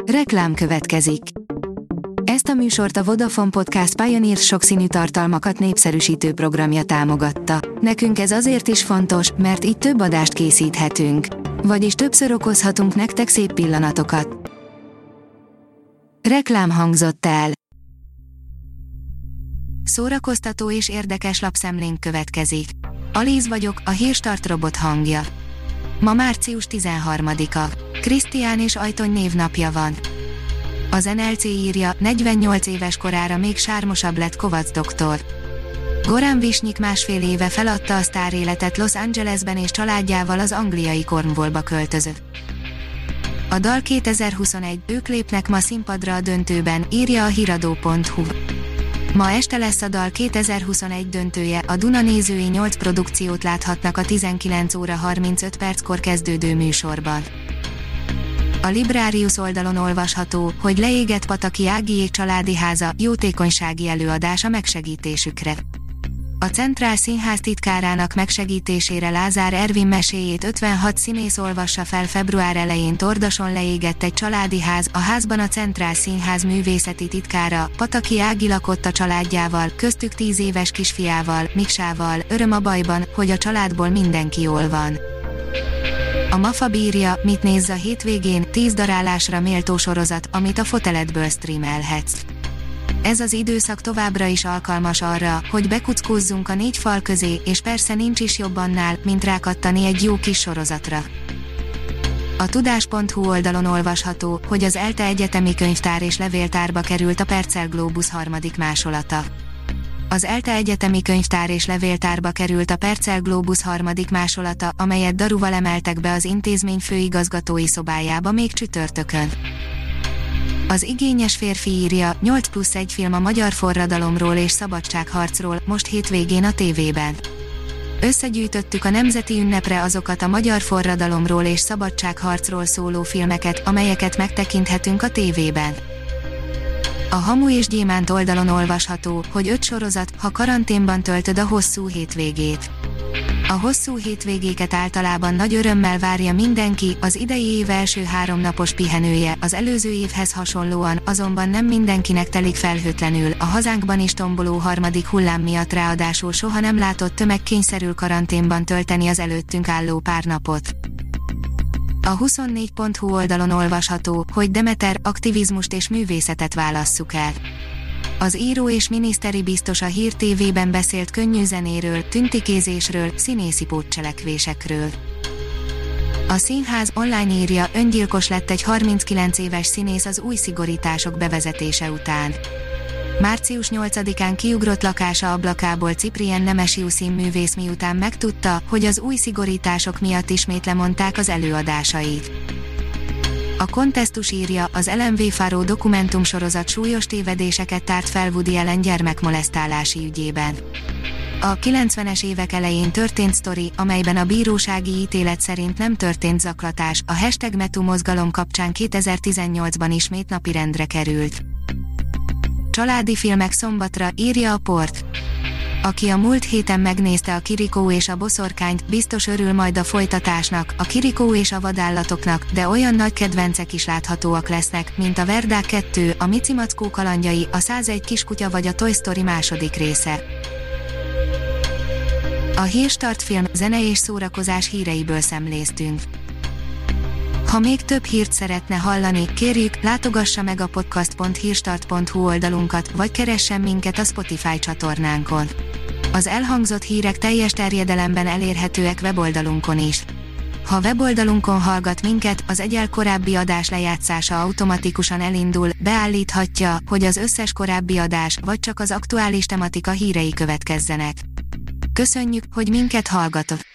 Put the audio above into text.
Reklám következik. Ezt a műsort a Vodafone Podcast Pioneer sokszínű tartalmakat népszerűsítő programja támogatta. Nekünk ez azért is fontos, mert így több adást készíthetünk. Vagyis többször okozhatunk nektek szép pillanatokat. Reklám hangzott el. Szórakoztató és érdekes lapszemlénk következik. Alíz vagyok, a Hírstart robot hangja. Ma március 13-a. Krisztián és Ajtony névnapja van. Az NLC írja, 48 éves korára még sármosabb lett Kovacs doktor. Goran Visnyik másfél éve feladta a sztáréletet Los Angelesben és családjával az angliai Cornwallba költözött. A dal 2021, ők lépnek ma színpadra a döntőben, írja a hiradó.hu. Ma este lesz a dal 2021 döntője, a Duna nézői 8 produkciót láthatnak a 19 óra 35 perckor kezdődő műsorban. A Librarius oldalon olvasható, hogy leégett Pataki Ágiék családi háza, jótékonysági előadás a megsegítésükre. A Centrál Színház titkárának megsegítésére Lázár Ervin meséjét 56 színész olvassa fel február elején Tordason leégett egy családi ház, a házban a Centrál Színház művészeti titkára, Pataki Ági lakott a családjával, köztük 10 éves kisfiával, Miksával, öröm a bajban, hogy a családból mindenki jól van. A MAFA bírja, mit nézz a hétvégén, 10 darálásra méltó sorozat, amit a foteledből streamelhetsz. Ez az időszak továbbra is alkalmas arra, hogy bekuckózzunk a 4 fal közé, és persze nincs is jobb annál, mint rákattani egy jó kis sorozatra. A tudás.hu oldalon olvasható, hogy az ELTE egyetemi könyvtár és levéltárba került a Percel Globus harmadik másolata. Az ELTE egyetemi könyvtár és levéltárba került a Percel Globus harmadik másolata, amelyet daruval emeltek be az intézmény főigazgatói szobájába még csütörtökön. Az igényes férfi írja, 8+1 film a magyar forradalomról és szabadságharcról, most hétvégén a tévében. Összegyűjtöttük a nemzeti ünnepre azokat a magyar forradalomról és szabadságharcról szóló filmeket, amelyeket megtekinthetünk a tévében. A Hamu és Gyémánt oldalon olvasható, hogy 5 sorozat, ha karanténban töltöd a hosszú hétvégét. A hosszú hétvégéket általában nagy örömmel várja mindenki, az idei év első 3 napos pihenője, az előző évhez hasonlóan, azonban nem mindenkinek telik felhőtlenül, a hazánkban is tomboló harmadik hullám miatt ráadásul soha nem látott tömeg kényszerül karanténban tölteni az előttünk álló pár napot. A 24.hu oldalon olvasható, hogy Demeter, aktivizmust és művészetet válasszuk el. Az író és miniszteri biztos a Hír TV-ben beszélt könnyű zenéről, tüntikézésről, színészi pótcselekvésekről. A Színház online írja, öngyilkos lett egy 39 éves színész az új szigorítások bevezetése után. Március 8-án kiugrott lakása ablakából Ciprien Nemesiu színművész miután megtudta, hogy az új szigorítások miatt ismét lemondták az előadásait. A Kontesztus írja, az LMV Faro dokumentumsorozat súlyos tévedéseket tárt fel Woody Allen gyermekmolesztálási ügyében. A 90-es évek elején történt sztori, amelyben a bírósági ítélet szerint nem történt zaklatás, a #MeToo mozgalom kapcsán 2018-ban ismét napirendre került. Családi filmek szombatra, írja a Port. Aki a múlt héten megnézte a Kirikó és a boszorkányt, biztos örül majd a folytatásnak, a Kirikó és a vadállatoknak, de olyan nagy kedvencek is láthatóak lesznek, mint a Verdák 2, a Micimackó kalandjai, a 101 kiskutya vagy a Toy Story második része. A Hírstart film, zene és szórakozás híreiből szemléztünk. Ha még több hírt szeretne hallani, kérjük, látogassa meg a podcast.hírstart.hu oldalunkat, vagy keressen minket a Spotify csatornánkon. Az elhangzott hírek teljes terjedelemben elérhetőek weboldalunkon is. Ha weboldalunkon hallgat minket, az egyel korábbi adás lejátszása automatikusan elindul, beállíthatja, hogy az összes korábbi adás, vagy csak az aktuális tematika hírei következzenek. Köszönjük, hogy minket hallgatott!